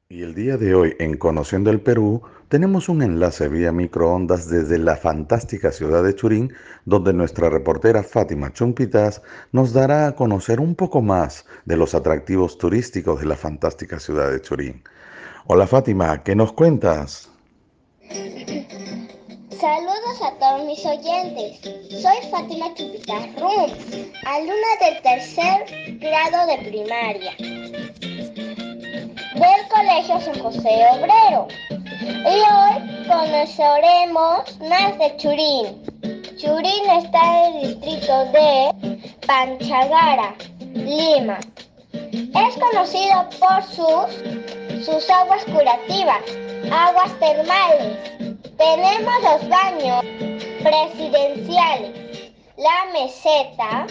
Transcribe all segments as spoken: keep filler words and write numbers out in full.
Y el día de hoy, en Conociendo el Perú, tenemos un enlace vía microondas desde la fantástica ciudad de Churín, donde nuestra reportera Fátima Chumpitas nos dará a conocer un poco más de los atractivos turísticos de la fantástica ciudad de Churín. Hola Fátima, ¿qué nos cuentas? Saludos a todos mis oyentes. Soy Fátima Chupitas Rum, alumna del tercer grado de primaria del Colegio San José Obrero. Y hoy conoceremos más de Churín. Churín está en el distrito de Panchagara, Lima. Es conocido por sus, sus aguas curativas, aguas termales. Tenemos los baños presidenciales, la meseta,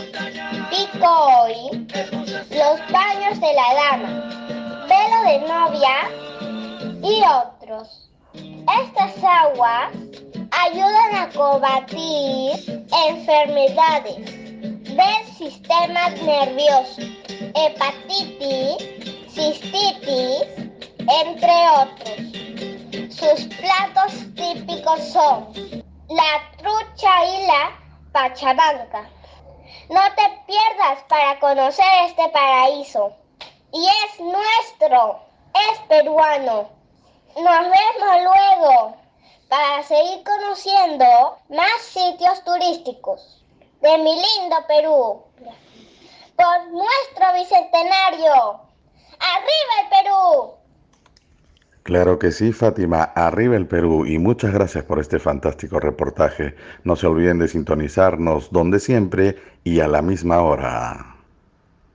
Picoy, los baños de la dama, velo de novia y otros. Estas aguas ayudan a combatir enfermedades del sistema nervioso, hepatitis, cistitis, entre otros. Sus platos típicos son la trucha y la pachamanca. No te pierdas para conocer este paraíso. Y es nuestro, es peruano. Nos vemos luego para seguir conociendo más sitios turísticos de mi lindo Perú. Por nuestro bicentenario. ¡Arriba el Perú! Claro que sí, Fátima, arriba el Perú y muchas gracias por este fantástico reportaje. No se olviden de sintonizarnos donde siempre y a la misma hora.